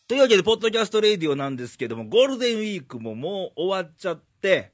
というわけで、ポッドキャストレディオなんですけども、ゴールデンウィークももう終わっちゃって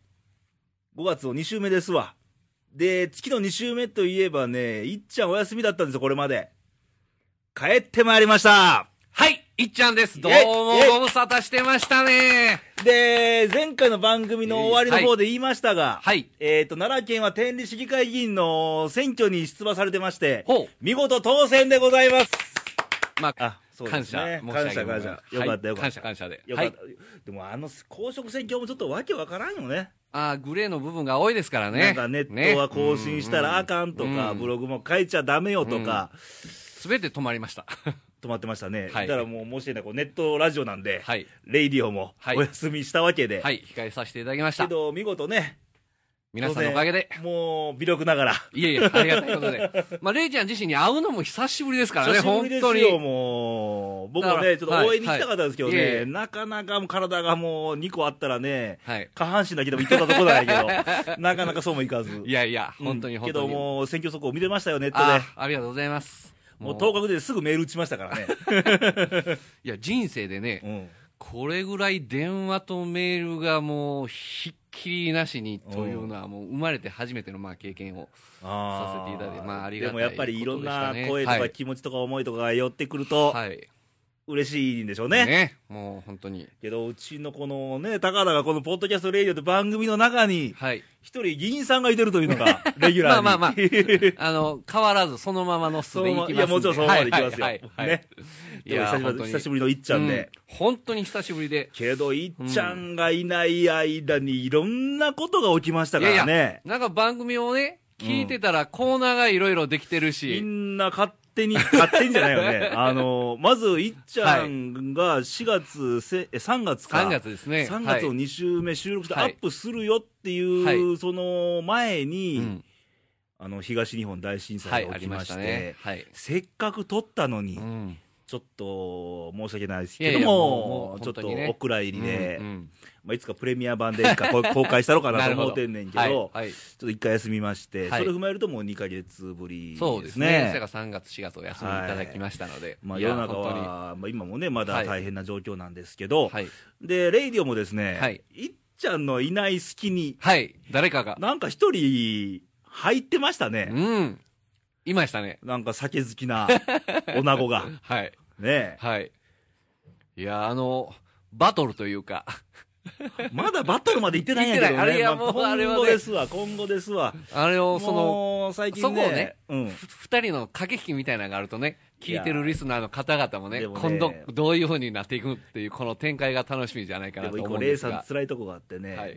、5月の2週目ですわ。で、月の2週目といえばね、いっちゃんお休みだったんですよ、これまで。帰ってまいりました。 はい、いっちゃんです。どうもご無沙汰してましたね。 で、前回の番組の終わりの方で言いましたが、 はい。 奈良県は天理市議会議員の選挙に出馬されてまして、 ほう。 見事当選でございます。 まあ、 そうですね。 感謝。 よかったよかった。 感謝で。 よかった。でも公職選挙もちょっとわけわからんよね。 グレーの部分が多いですからね。 なんかネットは更新したらあかんとか、ブログも書いちゃダメよとか。 すべて止まりました。 止まってましたね。 はい。 だからもう申し訳ない、ネットラジオなんで、 はい。 レイディオもお休みしたわけで。 はい。控えさせていただきました。 けど、見事ね。 皆さんのおかげで。 もう、微力ながら。 いえいえ、ありがたいことで。まあ、レイちゃん自身に会うのも久しぶりですからね、本当に。 久しぶりですよ、もう。僕はね、ちょっと応援に行きたかったんですけどね、なかなか体がもう2個あったらね、下半身だけでも行っとったところだけど、なかなかそうもいかず。 いやいや、本当にけどもう、選挙速報見てましたよ、ネットで。 ありがとうございます。 もう10日ですぐメール打ちましたからね。 いや、人生でね、これぐらい電話とメールがもうひっきりなしにというのはもう生まれて初めてのまあ経験をさせていただいて、まあありがたいことでしたね。 でもやっぱりいろんな声とか気持ちとか思いとかが寄ってくると、嬉しいんでしょうね。 ね、もう本当に。 けどうちのこのね、高田がこのポッドキャストレイディオという番組の中に、一人議員さんがいてるというのが、レギュラーに。 まあ、変わらずそのままの素でいきますんで。 いや、もちろんそのままでいきますよ。ね。いや、久しぶりのいっちゃんで。 本当に久しぶりで。 けど、いっちゃんがいない間にいろんなことが起きましたからね。 いやなんか番組をね、聞いてたらコーナーがいろいろできてるし。 みんな勝手にじゃないよね。まず、いっちゃんが3月か。 3月ですね。 3月を2週目収録してアップするよっていう、その前に、東日本大震災が起きまして、せっかく撮ったのに、ちょっと申し訳ないですけども、ちょっとお蔵入りで、いつかプレミア版で公開したのかなと思ってんねんけど、ちょっと一回休みまして、それを踏まえるともう2ヶ月ぶりですね。 そうですね。それが3月、4月お休みいただきましたので。 世の中は、今もね、まだ大変な状況なんですけど、で、レイディオもですね、いっちゃんのいない隙に、 誰かが。 なんか一人入ってましたね。 いましたね。 なんか酒好きな女子が。ねえ。いや、バトルというか。 まだバトルまで行ってないんやけどね。 あれはもう、あれは今後ですわ。 あれを、 最近そこをね、二人の駆け引きみたいなのがあるとね、聞いてるリスナーの方々もね、今度どういう風になっていくっていう、この展開が楽しみじゃないかなと思うんですが。 レイさん辛いとこがあってね、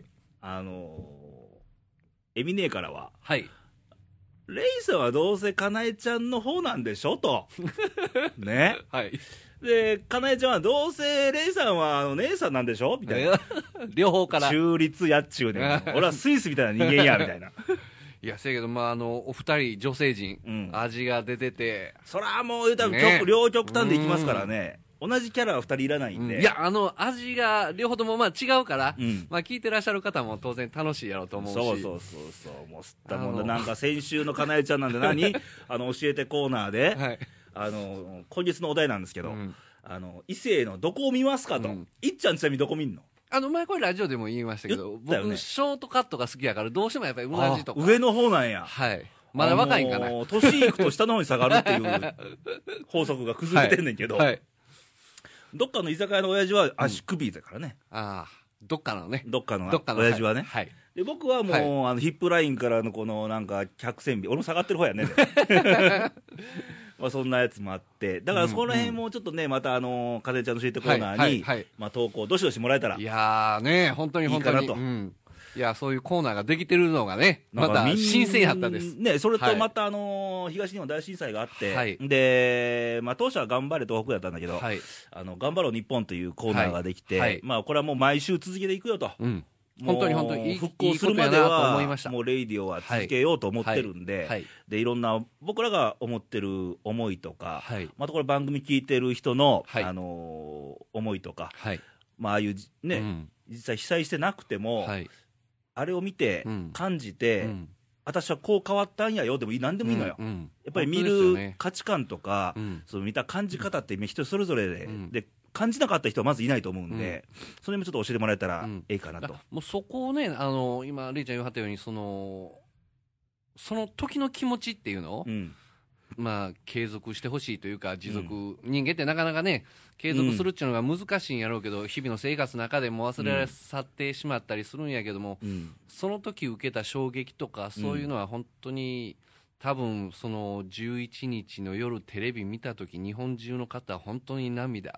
エミネーからは、レイさんはどうせかなえちゃんの方なんでしょと。ね。で、かなえちゃんはどうせレイさんは姉さんなんでしょみたいな。 両方から。 中立やっちゅうねん。俺はスイスみたいな人間や、みたいな。 いや、せやけど、お二人、女性陣、味が出てて。 そらもう言うたら、両極端でいきますからね。同じキャラは二人いらないんで。 いや、味が両方とも違うから、聞いてらっしゃる方も当然楽しいやろうと思うし。 そう。もう吸ったもんだ。なんか先週のかなえちゃんなんで教えてコーナーで、今月のお題なんですけど、異性のどこを見ますかと。いっちゃんちなみにどこ見んの？ 前これラジオでも言いましたけど、僕、ショートカットが好きやから、どうしてもやっぱりうなじとか。 上の方なんや。 まだ若いんかな。 年いくと下の方に下がるっていう法則が崩れてんねんけど。どっかの居酒屋の親父は足首だからね。 どっかのね。 どっかの親父はね。で、僕はもう、ヒップラインからのこのなんか客船尾、俺も下がってる方やね。そんなやつもあって、だからそこら辺もちょっとね、またかねちゃんの教えてコーナーに、投稿どしどしもらえたら。 いやーね、本当に。いいや、そういうコーナーができてるのがね、また新鮮やったです。 ね、それとまた東日本大震災があって、で、当初は頑張れ東北やったんだけど、頑張ろう日本というコーナーができて、これはもう毎週続けていくよと。 本当に復興するまではもうレイディオは続けようと思ってるんで、でいろんな僕らが思ってる思いとか、またこれ番組聞いてる人の思いとか、ああいうね、実際被災してなくても、あれを見て感じて、私はこう変わったんやよでも何でもいいのよ。やっぱり見る価値観とか、その見た感じ方って人それぞれで感じなかった人はまずいないと思うんで、それもちょっと教えてもらえたらええかなと。 もうそこをね、今レイちゃん言わはったようにその時の気持ちっていうのを、まあ継続してほしいというか持続、人間ってなかなかね継続するっていうのが難しいんやろうけど、日々の生活の中でも忘れ去ってしまったりするんやけども、その時受けた衝撃とかそういうのは本当に多分その11日の夜テレビ見た時日本中の方は本当に涙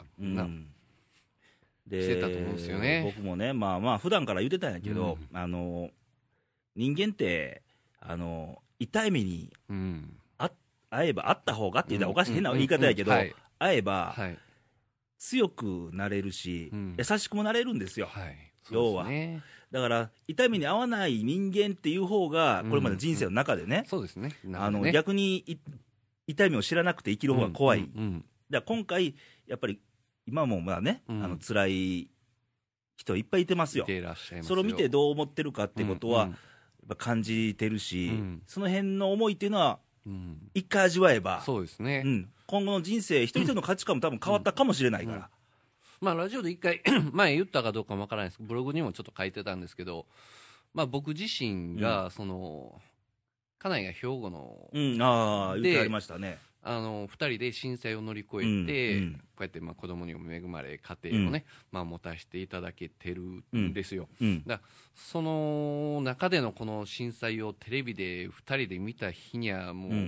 してたと思うんですよね。 僕もね、まあまあ普段から言ってたんやけど、人間って痛い目に会えば会った方がって言ったらおかしい変な言い方やけど、会えば強くなれるし、優しくもなれるんですよ、要は。だから痛みに合わない人間っていう方がこれまで人生の中でね、逆に痛みを知らなくて生きる方が怖い。だから今回やっぱり今もまあね、辛い人いっぱいいてますよ。それを見てどう思ってるかってことはやっぱ感じてるし、その辺の思いっていうのは一回味わえば、 そうですね、 今後の人生一人一人の価値観も多分変わったかもしれないから。 まあ、ラジオで一回前言ったかどうかもわからないですけど、ブログにもちょっと書いてたんですけど、まあ、僕自身が家内が兵庫の、 言ってありましたね。 2人で震災を乗り越えて、こうやってまあ子供にも恵まれ家庭をね、まあ、持たせていただけてるんですよ。だその中でのこの震災をテレビで2人で見た日にはもう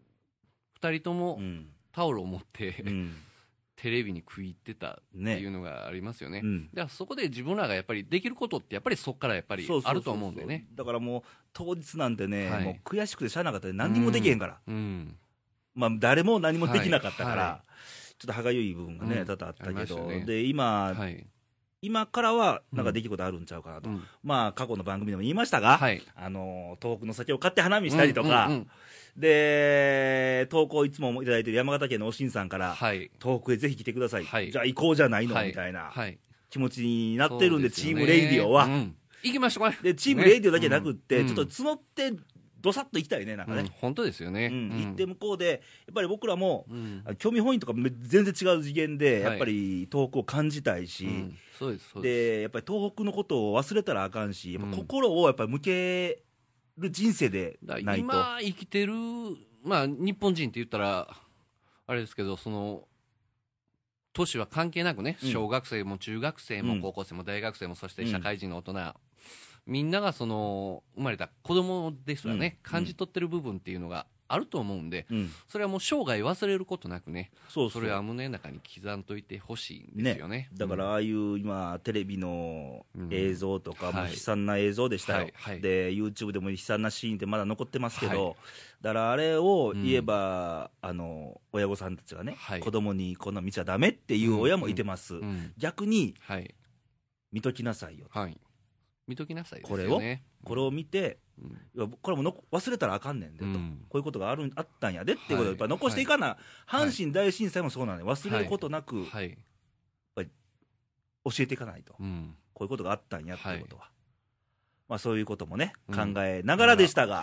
2人ともタオルを持ってテレビに食い入ってたっていうのがありますよね。だからそこで自分らがやっぱりできることってやっぱりそこからやっぱりあると思うんでね。 だからもう当日なんてね、もう悔しくてしゃあなかったら何にもできへんから、まあ誰も何もできなかったから、ちょっと歯がゆい部分がね多々あったけど、で今からはなんかできることあるんちゃうかなと、まあ過去の番組でも言いましたが、東北の酒を買って花見したりとか、で投稿いつもいただいてる山形県のおしんさんから、東北へぜひ来てください、じゃあ行こうじゃないの、みたいな気持ちになってるんで、チームレイディオは、 行きましょうか。 でチームレイディオだけなくって、ちょっと募ってどさっと行きたいね、なんかね、 本当ですよね。 行って向こうでやっぱり僕らも興味本位とか全然違う次元でやっぱり東北を感じたいし、でやっぱり東北のことを忘れたらあかんし、やっぱ心をやっぱり向ける人生でないと。 今生きてる、まあ、日本人って言ったらあれですけど、その年は関係なくね、小学生も中学生も高校生も大学生も、そして社会人の大人、みんながその生まれた子供ですらね、感じ取ってる部分っていうのがあると思うんで、それはもう生涯忘れることなくね、それは胸の中に刻んといてほしいんですよね。 だからああいう今テレビの映像とかも悲惨な映像でしたよ。で YouTube でも悲惨なシーンってまだ残ってますけど、だからあれを言えば、親御さんたちがね、子供にこんな見ちゃダメっていう親もいてます。逆に見ときなさいよ、 見ときなさいですよね。 これを見て、これも忘れたらあかんねんでと、こういうことがあったんやでっていうことをやっぱ残していかな、阪神大震災もそうなので、忘れることなく、やっぱり教えていかないと、こういうことがあったんやっていうことは、まあそういうこともね、考えながらでしたが、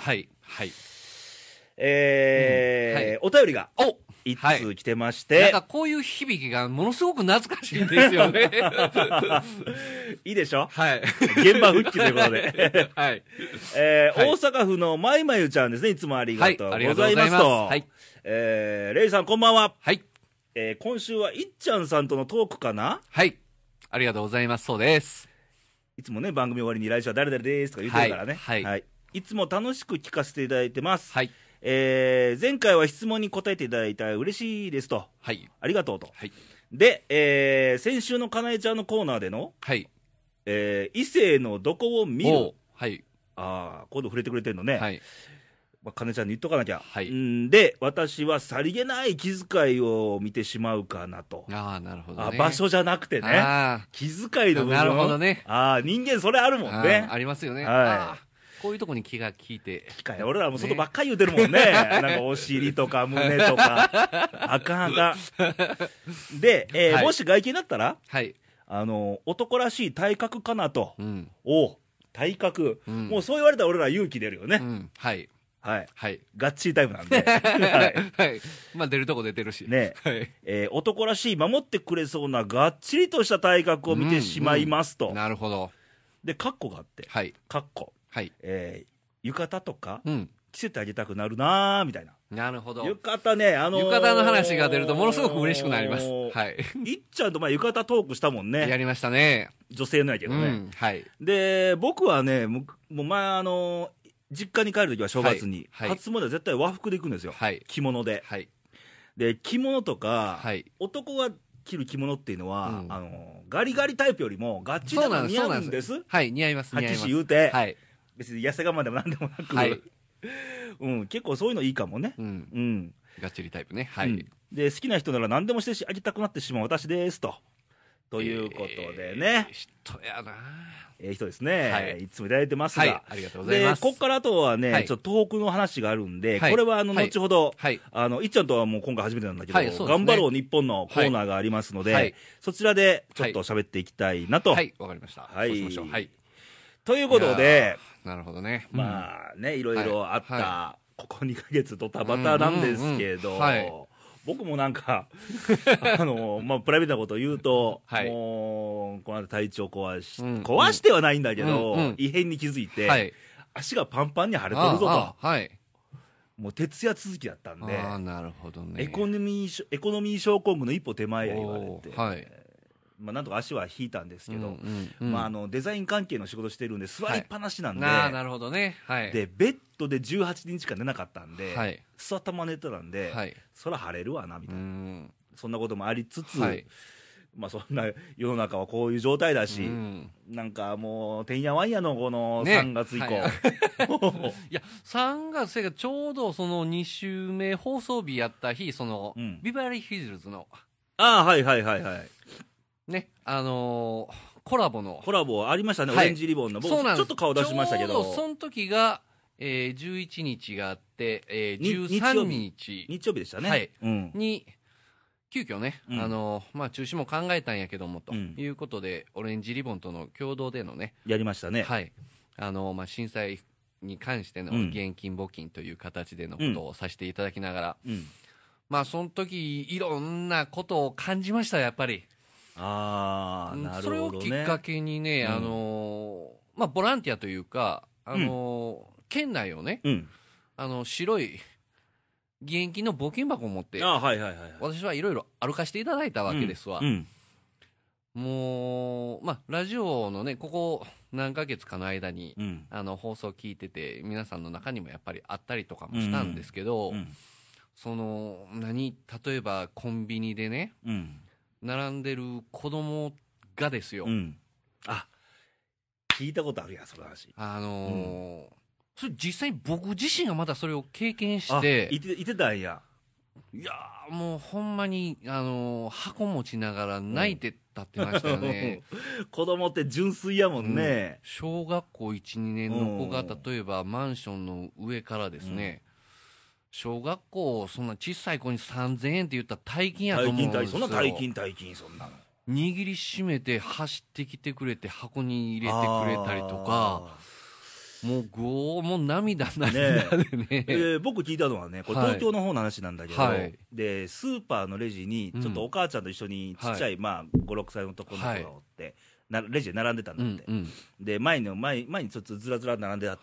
お便りが一通来てまして、 なんかこういう響きがものすごく懐かしいんですよね。 いいでしょ、現場復帰ということで、大阪府のまいまゆちゃんですね、いつもありがとうございますと。レイさんこんばんは。今週はいっちゃんさんとのトークかな。 ありがとうございます。そうです。 いつもね、番組終わりに来週は誰々ですとか言ってるからね、いつも楽しく聞かせていただいてます。前回は質問に答えていただいたら嬉しいですと、ありがとうと、で、先週のかなえちゃんのコーナーでの、異性のどこを見る、こういうの触れてくれてるのね、かなえちゃんに言っとかなきゃ、で私はさりげない気遣いを見てしまうかなと。 なるほどね。 場所じゃなくてね、気遣いの部分。 なるほどね。 人間それあるもんね。 ありますよね。こういうとこに気が利いて、 俺らも外ばっかり言うてるもんね。なんかお尻とか胸とかあかんあかんで、もし外見だったら、男らしい体格かなと。体格、もうそう言われたら俺ら勇気出るよね。 はい。 はい。 がっちりタイプなんで。はい。 はい。まあ出るとこ出てるし。 ね。はい。男らしい守ってくれそうながっちりとした体格を見てしまいますと。 なるほど。 で、カッコがあって。 はい。 カッコ。 はい。 浴衣とか、着せてあげたくなるなーみたいな。 なるほど。 浴衣ね、 浴衣の話が出るとものすごく嬉しくなります。はい。 いっちゃんと前浴衣トークしたもんね。 やりましたね。 女性のやけどね。 はい。 で、僕はね、もう前実家に帰るときは正月に、初詣は絶対和服で行くんですよ。はい。着物で。はい。で、着物とか、はい、男が着る着物っていうのは、ガリガリタイプよりもがっちりと似合うんです。 はい、似合います。 はっきり言うて。はい。別に痩せ我慢でもなんでもなく。はい。結構そういうのいいかもね。 がっちりタイプね。はい。 で、好きな人なら何でもしてあげたくなってしまう私ですと。ということでね。 人やな。 人ですね。はい。いつもいただいてますが。はい。 ありがとうございます。 で、こっからあとはね、ちょっと東北の話があるんで、これは後ほど、いっちゃんとはもう今回初めてなんだけど、頑張ろう日本のコーナーがありますので、そちらでちょっと喋っていきたいなと。 はい、わかりました。はい。そうしましょう。はい。 ということで、 なるほどね。 まあね、いろいろあった、ここ2ヶ月ドタバタなんですけど、僕もなんかまあ、プライベートなことを言うと、もう、この間体調壊してはないんだけど、異変に気づいて、足がパンパンに腫れてるぞと。もう徹夜続きだったんで、 なるほどね。 エコノミー症候群の一歩手前や言われて、まあ、なんとか足は引いたんですけど、まあ、デザイン関係の仕事してるんで座りっぱなしなんで、 なるほどね。 でベッドで18日間寝なかったんで、座ったまま寝てたんで、そら晴れるわなみたいな、そんなこともありつつ、まあそんな世の中はこういう状態だし、なんかもうてんやわんやのこの3月以降、 いや3月がちょうどその2週目放送日やった日、そのビバリーヒルズのはいね、コラボありましたね、オレンジリボンの。僕ちょっと顔出しましたけど、 その時が、11日があって、13日日曜日でしたね、 に急遽ね、まあ、中止も考えたんやけどもということで、オレンジリボンとの共同でのね、 やりましたね。 はい。まあ、震災に関しての現金募金という形でのことをさせていただきながら、まあ、その時いろんなことを感じました、やっぱり。 なるほどね。 それをきっかけにね、まあ、ボランティアというか、県内をね、白い義援金の募金箱を持って、私はいろいろ歩かせていただいたわけですわ。もう、まあ、ラジオのね、ここ何ヶ月かの間に、放送聞いてて、皆さんの中にもやっぱりあったりとかもしたんですけど、その、例えばコンビニでね、並んでる子供がですよ。 聞いたことあるやん、その話。 それ実際に僕自身がまだそれを経験して。 いてたんや。 いやもうほんまに、箱持ちながら泣いて立ってましたよね。 子供って純粋やもんね。 小学校1、2年の子が例えばマンションの上からですね、小学校、そんな小さい子に3000円って言ったら大金やと思うんですよ。 そんな大金、そんなの。 握りしめて走ってきてくれて箱に入れてくれたりとか、もう涙でね。 僕聞いたのはね、これ東京の方の話なんだけど、で、スーパーのレジに、ちょっとお母ちゃんと一緒にちっちゃい、まあ、5、6歳の男の子がおって、レジで並んでたんだって。で、前にちょっとずらずら並んであって、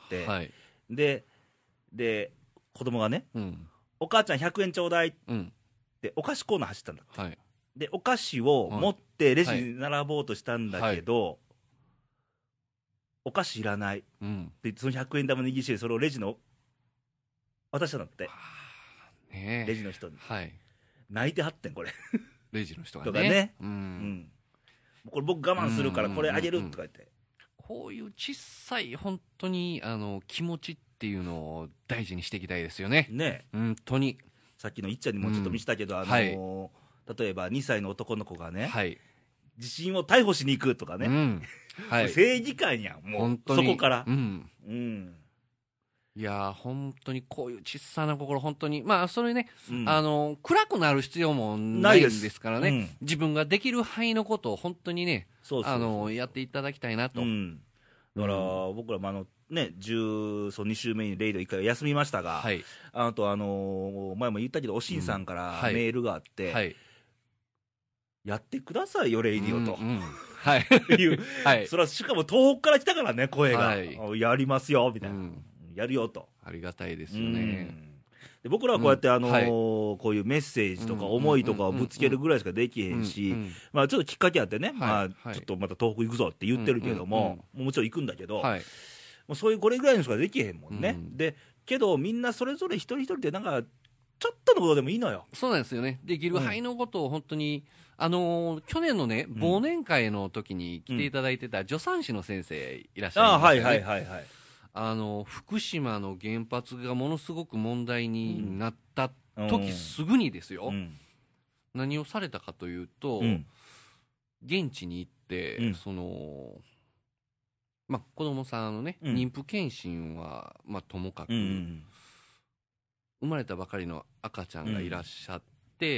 で、子供がね、お母ちゃん100円ちょうだいってお菓子コーナー走ったんだって、でお菓子を持ってレジに並ぼうとしたんだけど、お菓子いらない、でその100円玉握りしめてそれをレジの渡したんだって、レジの人に、泣いてはってんこれレジの人がとかね、これ僕我慢するからこれあげるとか言って、 こういう小さい本当に気持ちっていうのを大事にしていきたいですよね。本当に。 さっきのいっちゃんにもちょっと見せたけど、例えば2歳の男の子がね、地震を逮捕しに行くとかね、正義感やん、もうそこから。 いや本当にこういう小さな心、本当に、まあそれね、暗くなる必要もないんですからね、自分ができる範囲のことを本当にね、やっていただきたいなと。 だから僕らもね、2週目にレイド1回休みましたが、 はい、 あと前も言ったけど、おしんさんからメールがあって、 はい、 やってくださいよ、レイディオと。 はい。 いう、はい。それはしかも東北から来たからね、声が。はい、やりますよ、みたいな。やるよと。 ありがたいですよね。 で僕らはこうやってこういうメッセージとか思いとかをぶつけるぐらいしかできへんし、まあちょっときっかけあってね、まあちょっとまた東北行くぞって言ってるけども、もちろん行くんだけど、もうそういうこれぐらいのしかできへんもんね。で、けどみんなそれぞれ一人一人でなんか、ちょっとのことでもいいのよ。 そうなんですよね。できる範囲のことを本当に、去年のね、忘年会の時に来ていただいてた助産師の先生いらっしゃいますよね。はいはいはいはい。福島の原発がものすごく問題になった時すぐにですよ、何をされたかというと、現地に行って、まあ、子供さんのね、妊婦検診は、まあ、ともかく、生まれたばかりの赤ちゃんがいらっしゃって、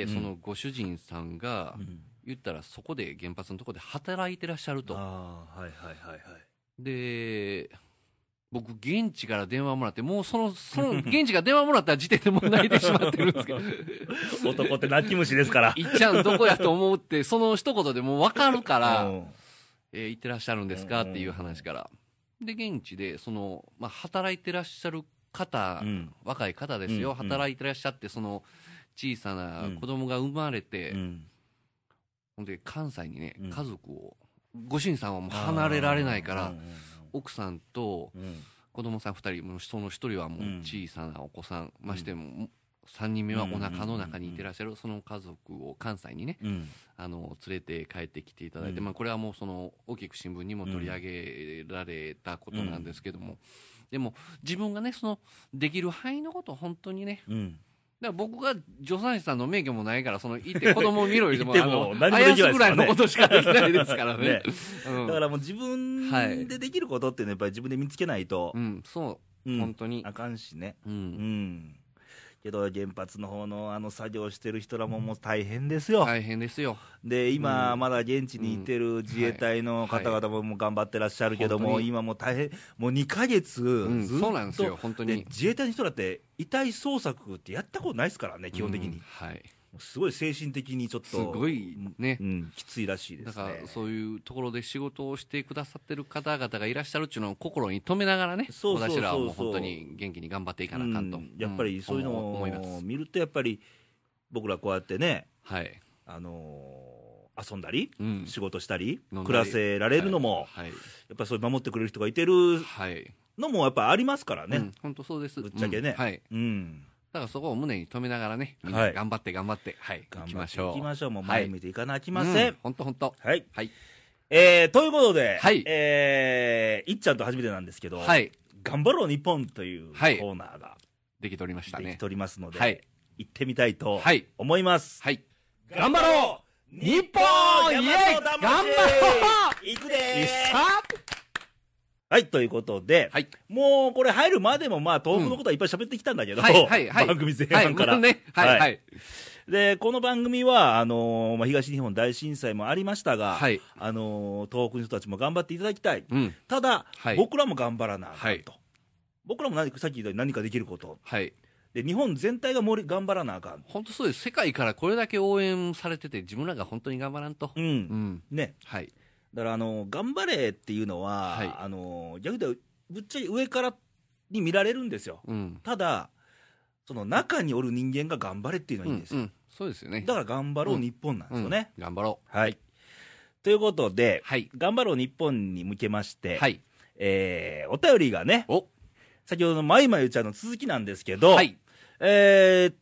そのご主人さんが、言ったらそこで原発のところで働いてらっしゃると。 はいはいはいはい。 で僕、現地から電話もらって、もうその現地から電話もらった時点でもう泣いてしまってるんですけど男って泣き虫ですから。 いっちゃんどこやと思うって、その一言でもう分かるから、行ってらっしゃるんですかっていう話から。で、現地で、まあ、働いてらっしゃる方、若い方ですよ、働いてらっしゃって、小さな子供が生まれて、ほんで、関西にね、家族を、ご主人さんはもう離れられないから、奥さんと子供さん2人、その1人はもう小さなお子さん、ましても3人目はお腹の中にいてらっしゃるその家族を関西にね、連れて帰ってきていただいて、まあ、これはもう大きく新聞にも取り上げられたことなんですけども、でも自分がねできる範囲のことを本当にね、だから僕が助産師さんの免許もないから、行って子供を見ろよりも、あやすぐらいのことしかできないですからね。 だからもう自分でできることっていうのはやっぱり自分で見つけないと。 そう、本当に。 あかんしね。けど原発の方の作業してる人らももう大変ですよ。 大変ですよ。 で今まだ現地に行ってる自衛隊の方々ももう頑張ってらっしゃるけども、今もう大変、もう2ヶ月ずっと、 そうなんですよ本当に。 自衛隊の人だって遺体捜索ってやったことないですからね、基本的に。すごい精神的にちょっとすごいね、 きついらしいですね。 だからそういうところで仕事をしてくださってる方々がいらっしゃるっていうのを心に留めながらね、私らはもう本当に元気に頑張っていかなあかんと、 やっぱりそういうのを見ると、やっぱり僕らこうやってね、遊んだり、仕事したり暮らせられるのも、やっぱりそう守ってくれる人がいてるのもやっぱありますからね。 本当そうです、 ぶっちゃけね。 だからそこを胸に留めながらね、みんな頑張って頑張って、行きましょう。 行きましょう。もう前向いていかなきません。 本当本当。 はい。ということで、いっちゃんと初めてなんですけど、頑張ろう日本というコーナーができておりましたね。 できておりますので、行ってみたいと思います。 頑張ろう日本イエイ頑張ろう行くではい、ということで、もうこれ入るまでもまあ東北のことはいっぱい喋ってきたんだけど、番組前半から。で、この番組は、東日本大震災もありましたが、東北の人たちも頑張っていただきたい。ただ、僕らも頑張らなあかんと。僕らもさっき言ったように何かできること。で、日本全体が頑張らなあかん。 本当そうです。世界からこれだけ応援されてて、自分らが本当に頑張らんと。 ね。だから頑張れっていうのは、逆に言うとぶっちゃけ上からに見られるんですよ。ただその中におる人間が頑張れっていうのはいいんですよ。 そうですよね。 だから頑張ろう日本なんですよね。 頑張ろう。 ということで、頑張ろう日本に向けまして、お便りがね、先ほどのまいまゆちゃんの続きなんですけど、東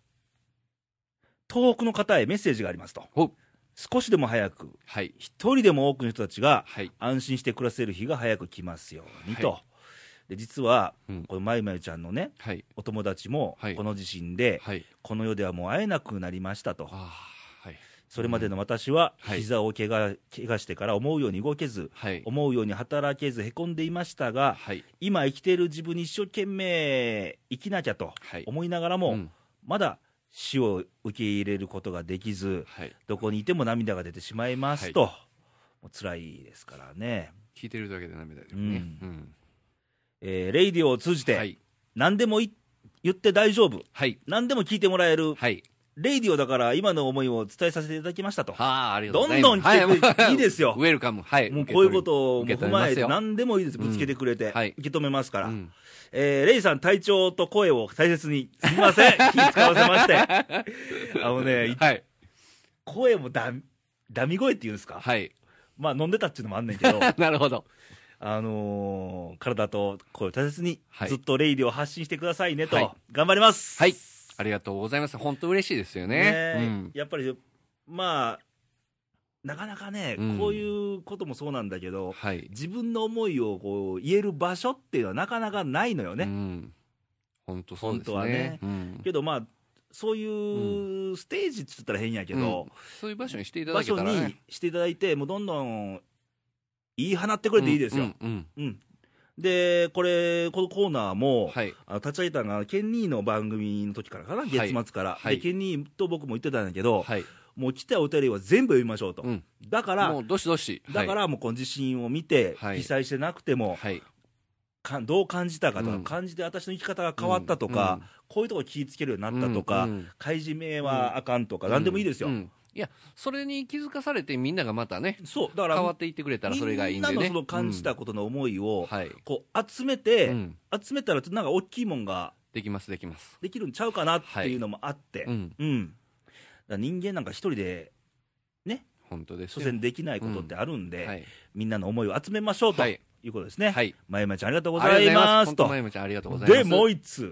北の方へメッセージがありますと。少しでも早く、一人でも多くの人たちが安心して暮らせる日が早く来ますようにと。で実は、このまゆまゆちゃんのね、お友達もこの地震で、この世ではもう会えなくなりましたと。それまでの私は膝を怪我してから思うように動けず、思うように働けずへこんでいましたが、今生きている自分に一生懸命生きなきゃと思いながらも、まだ死を受け入れることができず、どこにいても涙が出てしまいますともう辛いですからね。 聞いてるだけで涙出るね。 レイディオを通じて、何でも言って大丈夫、何でも聞いてもらえる、レイディオだから今の思いを伝えさせていただきましたと。どんどん来てくれていいですよ。 ウェルカム。 もうこういうことを踏まえて何でもいいです。ぶつけてくれて、受け止めますから。レイさん、体調と声を大切に。すみません。気使わせまして。声もダミ声っていうんですか。まあ飲んでたっていうのもあんねんけど。 なるほど。 体と声を大切に、ずっとレイディオを発信してくださいねと。頑張ります。 ありがとうございます。本当嬉しいですよね。 やっぱり、まあ、なかなかね、こういうこともそうなんだけど、自分の思いをこう言える場所っていうのはなかなかないのよね。 本当そうですね。 本当はね。けどまあ、そういうステージって言ったら変やけど、 そういう場所にしていただけたらね。 場所にしていただいて、もうどんどん言い放ってくれていいですよ。で、このコーナーも、立ち上げたのが、ケンニーの番組の時からかな、月末から。で、ケンニーと僕も言ってたんだけど、もう来たお便りは全部読みましょうと。だから、 もうどしどし。 だからもうこの地震を見て、被災してなくても、どう感じたかとか、感じて私の生き方が変わったとか、こういうとこ気ぃつけるようになったとか、開示名はあかんとか、なんでもいいですよ。 いや、それに気づかされてみんながまたね、だから変わっていってくれたらそれがいいんでね。 みんなのその感じたことの思いを、こう集めて、集めたらなんか大きいもんができます。できるんちゃうかなっていうのもあって、人間なんか一人でね、 本当です所詮できないことってあるんで、みんなの思いを集めましょうということですね。まゆまちゃんありがとうございますと。 まゆまちゃんありがとうございます。 で、もう一通。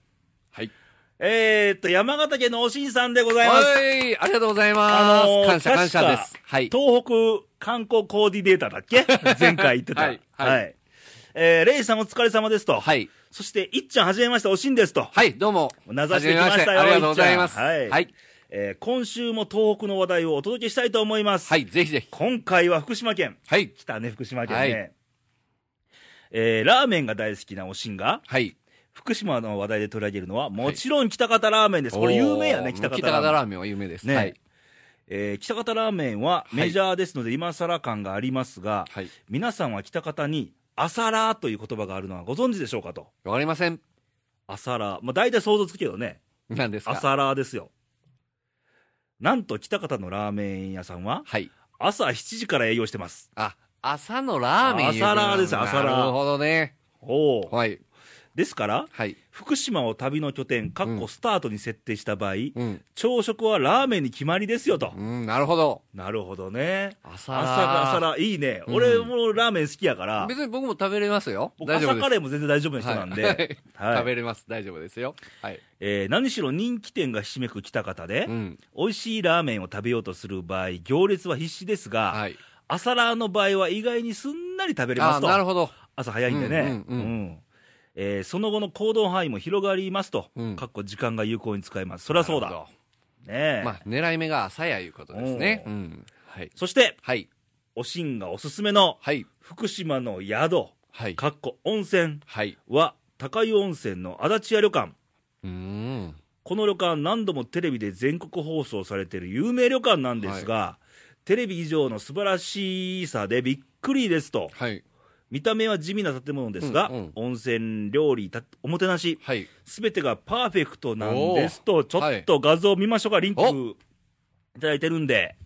山形県のおしんさんでございます。 ありがとうございます。感謝です。 東北観光コーディネーターだっけ前回言ってた。レイさんお疲れ様ですと。そして、いっちゃんはじめまして、おしんですと。 どうも。 名指してきましたよ。 ありがとうございます。 今週も東北の話題をお届けしたいと思います。 ぜひぜひ。 今回は福島県。来たね、福島県ね。ラーメンが大好きなおしんが。福島の話題で取り上げるのは、もちろん北方ラーメンです。これ有名やね、北方ラーメンは有名です。 北方ラーメンはメジャーですので、今更感がありますが、皆さんは北方に、朝ラーという言葉があるのはご存知でしょうかと。 わかりません。 朝ラー。まあ大体想像つくけどね。 何ですか？ 朝ラーですよ。なんと北方のラーメン屋さんは、朝7時から営業してます。 朝のラーメン朝ラーです、朝ラー。 なるほどね。 ですから、福島を旅の拠点、スタートに設定した場合、朝食はラーメンに決まりですよと。 なるほど。 なるほどね。 朝ラー、いいね。俺もラーメン好きやから。 別に僕も食べれますよ。 朝カレーも全然大丈夫な人なんで。 食べれます。大丈夫ですよ。 何しろ人気店がひしめく北方で、美味しいラーメンを食べようとする場合、行列は必至ですが、朝ラーの場合は意外にすんなり食べれますと。 なるほど。 朝早いんでね。その後の行動範囲も広がりますと、時間が有効に使えます。そりゃそうだ。ねまあ、狙い目が朝やいうことですね。 そして、おしんがおすすめの、福島の宿、温泉は、高湯温泉の足立屋旅館。この旅館、何度もテレビで全国放送されている有名旅館なんですが、テレビ以上の素晴らしさでびっくりですと。見た目は地味な建物ですが、温泉、料理、おもてなし、すべてがパーフェクトなんですと、ちょっと画像見ましょうか、リンクいただいてるんで。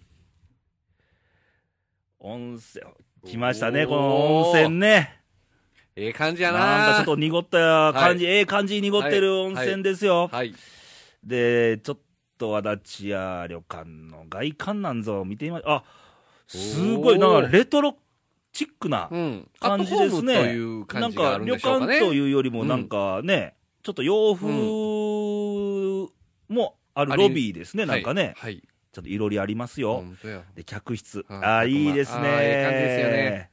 温泉、来ましたね、この温泉ね。 ええ感じやな。 なんかちょっと濁った感じ、ええ感じに濁ってる温泉ですよ。で、ちょっと足立屋旅館の外観なんぞ見てみましょう。すごい、なんかレトロチックな感じですね。なんか旅館というよりもなんかね、ちょっと洋風もあるロビーですね、なんかね。ちょっといろりありますよ。で、客室。いいですね。 いい感じですよね。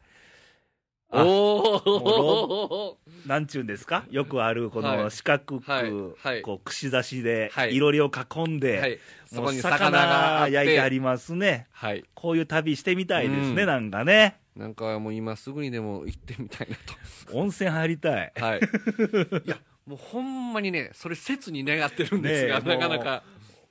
なんちゅうんですか、よくあるこの四角く、こう串刺しでいろりを囲んで、 そこに魚が焼いてありますね。こういう旅してみたいですね、なんかね。 なんかもう今すぐにでも行ってみたいなと。 温泉入りたい。 いや、もうほんまにね、それ切に願ってるんですが、なかなか。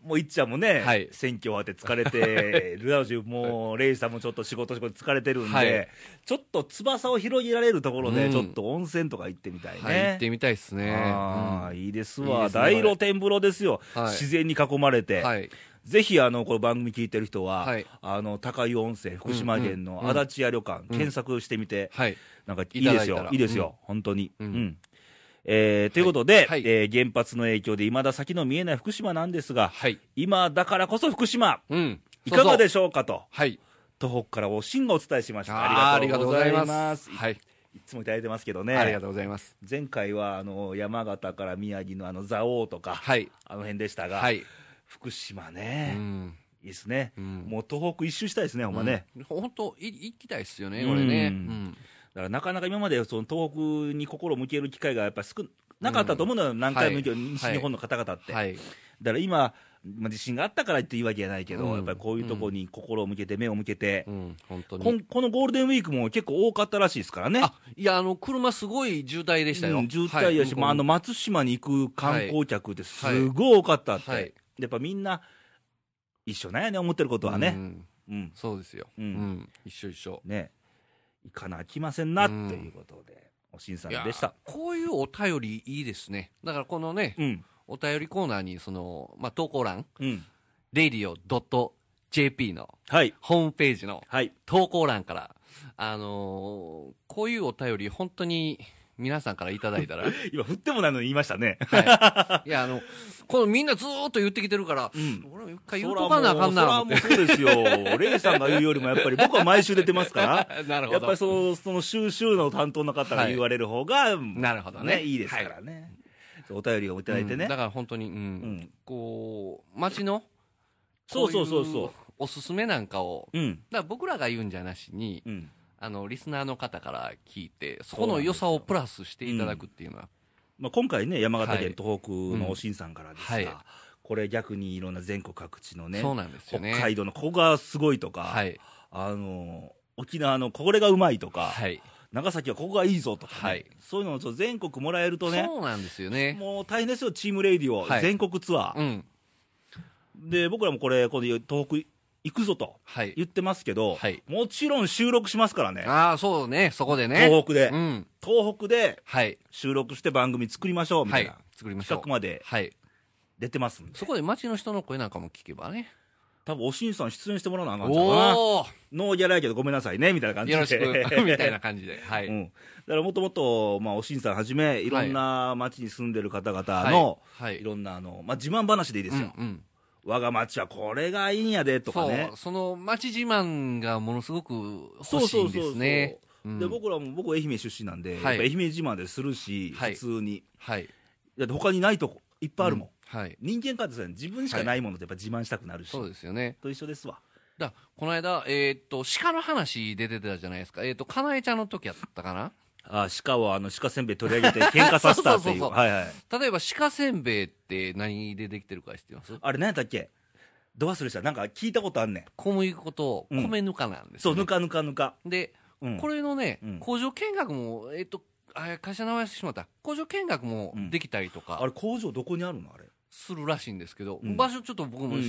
もういっちゃんもね、選挙終わって疲れてるだろうし、もうレイさんもちょっと仕事疲れてるんで、ちょっと翼を広げられるところで、ちょっと温泉とか行ってみたいね。 行ってみたいっすね。 いいですわ。大露天風呂ですよ。自然に囲まれて。ぜひこの番組聞いてる人は、高湯温泉、福島県の足立屋旅館、検索してみて、なんかいいですよ。いいですよ。本当に。ということで、原発の影響で未だ先の見えない福島なんですが、今だからこそ福島、いかがでしょうかと、東北からおしんがお伝えしました。ありがとうございます。いつもいただいてますけどね。 ありがとうございます。 前回は山形から宮城の蔵王とか、あの辺でしたが、福島ね、いいですね。もう東北一周したいですね、ほんまね。 本当行きたいですよね、これね。 だからなかなか今までその東北に心を向ける機会がやっぱり少なかったと思うのよ、何回も西日本の方々って。だから今、地震があったからっていうわけじゃないけど、やっぱりこういうところに心を向けて、目を向けて、このゴールデンウィークも結構多かったらしいですからね。 いや、車すごい渋滞でしたよ。 渋滞やし、松島に行く観光客ってすごい多かったって。やっぱみんな一緒なんやね、思ってることはね。 そうですよ。一緒。 ね。行かなきませんな、ということで、おしんさんでした。 こういうお便りいいですね。だからこのね、お便りコーナーに投稿欄、radio.jp のホームページの投稿欄から、こういうお便り本当に皆さんからいただいたら今振ってもないのに言いましたね。 いやこのみんなずーっと言ってきてるから、俺も一回言うとかなあかんな。 もうそうですよ。レイさんが言うよりもやっぱり僕は毎週出てますから。なるほど。やっぱりその収集の担当の方が言われる方が、なるほどね、いいですからね。お便りをいただいてね。 だから本当に、こう街のそうおすすめなんかを、だから僕らが言うんじゃなしに。リスナーの方から聞いて、そこの良さをプラスしていただくっていうのは、 今回ね、山形県東北のおしんさんからですが、これ逆にいろんな全国各地のね、北海道のここがすごいとか、沖縄のこれがうまいとか、長崎はここがいいぞとか、そういうのを全国もらえるとね、 そうなんですよね。 もう大変ですよ、チームレイディオ、全国ツアー。で、僕らもこれ東北行くぞと言ってますけど、もちろん収録しますからね。 そうね、そこでね。 東北で収録して番組作りましょうみたいな企画まで出てますんで。 そこで街の人の声なんかも聞けばね。 多分おしんさん出演してもらうのあかんちゃうかな。ノーギャラやけどごめんなさいねみたいな感じで。 よろしくみたいな感じで。だからもともとおしんさんはじめいろんな街に住んでる方々のいろんな自慢話でいいですよ。我が町はこれがいいんやでとかね。 その町自慢がものすごく欲しいんですね。 で僕愛媛出身なんで、愛媛自慢でするし、普通に。だって他にないとこいっぱいあるもん。人間関係自分しかないものってやっぱ自慢したくなるし。 そうですよね。 と一緒ですわ。 この間鹿の話出てたじゃないですか。かなえちゃんの時やったかな。 鹿を鹿せんべい取り上げて喧嘩させたっていう。 例えば鹿せんべいって何でできてるか知ってます？ あれ何やったっけ？ど忘れした。なんか聞いたことあんねん。 小麦粉と米ぬかなんです。 そう、ぬか。 で、これのね、工場見学も会社名前してしまった。工場見学もできたりとか。 あれ工場どこにあるのあれ？ するらしいんですけど、場所ちょっと僕も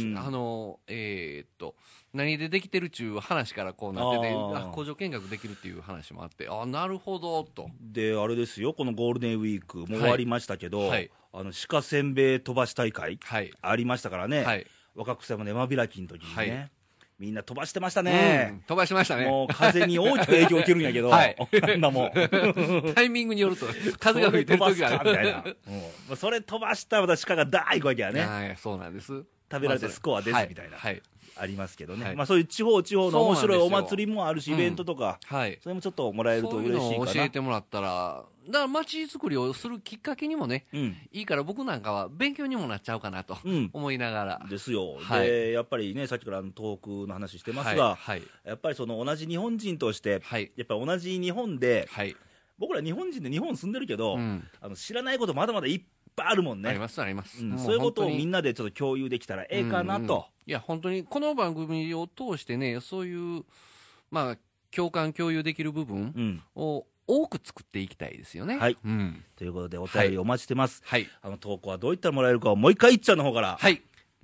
何でできてるっちゅう話からこうなってて、工場見学できるっていう話もあって、なるほどと。 であれですよ、このゴールデンウィークもう終わりましたけど、鹿せんべい飛ばし大会ありましたからね。若草山の山開きの時にね、みんな飛ばしてましたね。 飛ばしましたね。 もう風に大きく影響を受けるんやけど、あんなもんタイミングによると風が吹いてる時があるみたいな。それ飛ばしたら鹿がダーッ行くわけやね。 そうなんです。 食べられてスコア出ずみたいな。ありますけどね。そういう地方の面白いお祭りもあるし、イベントとか、それもちょっともらえると嬉しいかな。そういうのを教えてもらったら、だから街づくりをするきっかけにもね、いいから僕なんかは勉強にもなっちゃうかなと思いながら。 ですよ。で、やっぱりね、さっきから東北の話してますが、やっぱりその同じ日本人として、やっぱり同じ日本で、僕ら日本人で日本住んでるけど、知らないことまだまだいっぱいあるもんね。 ありますあります。 そういうことをみんなでちょっと共有できたらええかなと。 いや本当にこの番組を通してね、そういう共感共有できる部分を多く作っていきたいですよね。ということでお便りお待ちしてます。投稿はどういったらもらえるかをもう一回いっちゃんの方から。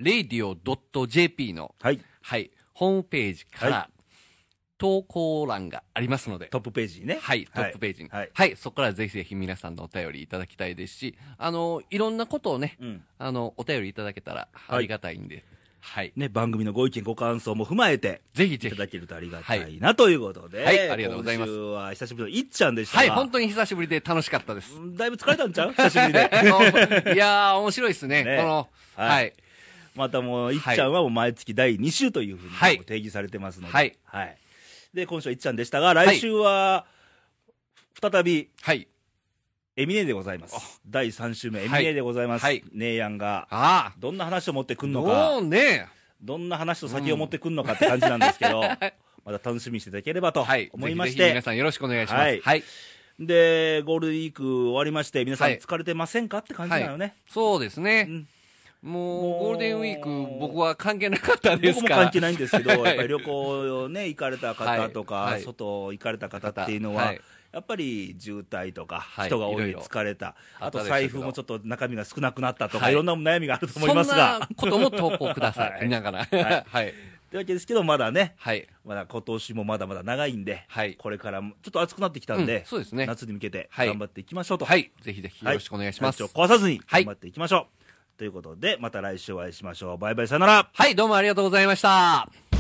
radio.jp の、 はい。 はい、ホームページから、 はい投稿欄がありますので。 トップページにね。 はい、トップページに。はい、そこからぜひぜひ皆さんのお便りいただきたいですし、いろんなことをね、お便りいただけたらありがたいんで。はい。 ね、番組のご意見、ご感想も踏まえて、 ぜひぜひ。 いただけるとありがたいなということで。 はい、ありがとうございます。 今週は久しぶりのいっちゃんでした。 はい、本当に久しぶりで楽しかったです。 だいぶ疲れたんちゃう久しぶりで。 いやー、面白いですね。はい。 またもう、いっちゃんはもう毎月第2週というふうに定義されてますので。はい。はい。で、今週はいっちゃんでしたが、来週は、再び、はい。エミネでございます。第3週目、エミネでございます。はい。ネイヤンが、どんな話を持ってくんのか。どんな話と先を持ってくんのかって感じなんですけど、また楽しみにしていただければと思いまして。 皆さんよろしくお願いします。はい。 で、ゴールデンウィーク終わりまして、皆さん疲れてませんかって感じなのね。 そうですね。もう、ゴールデンウィーク、僕は関係なかったですから。 僕も関係ないんですけど、やっぱり旅行ね、行かれた方とか、外行かれた方っていうのは、やっぱり渋滞とか、人が多い、疲れた、あと財布もちょっと中身が少なくなったとか、いろんな悩みがあると思いますが。 そんなことも投稿ください。見ながら。 はい。というわけですけど、まだね、まだ今年もまだまだ長いんで、これからちょっと暑くなってきたんで、夏に向けて頑張っていきましょうと。 はい。ぜひぜひよろしくお願いします。 体調壊さずに頑張っていきましょう。ということで、また来週お会いしましょう。バイバイ、さよなら。 はい、どうもありがとうございました。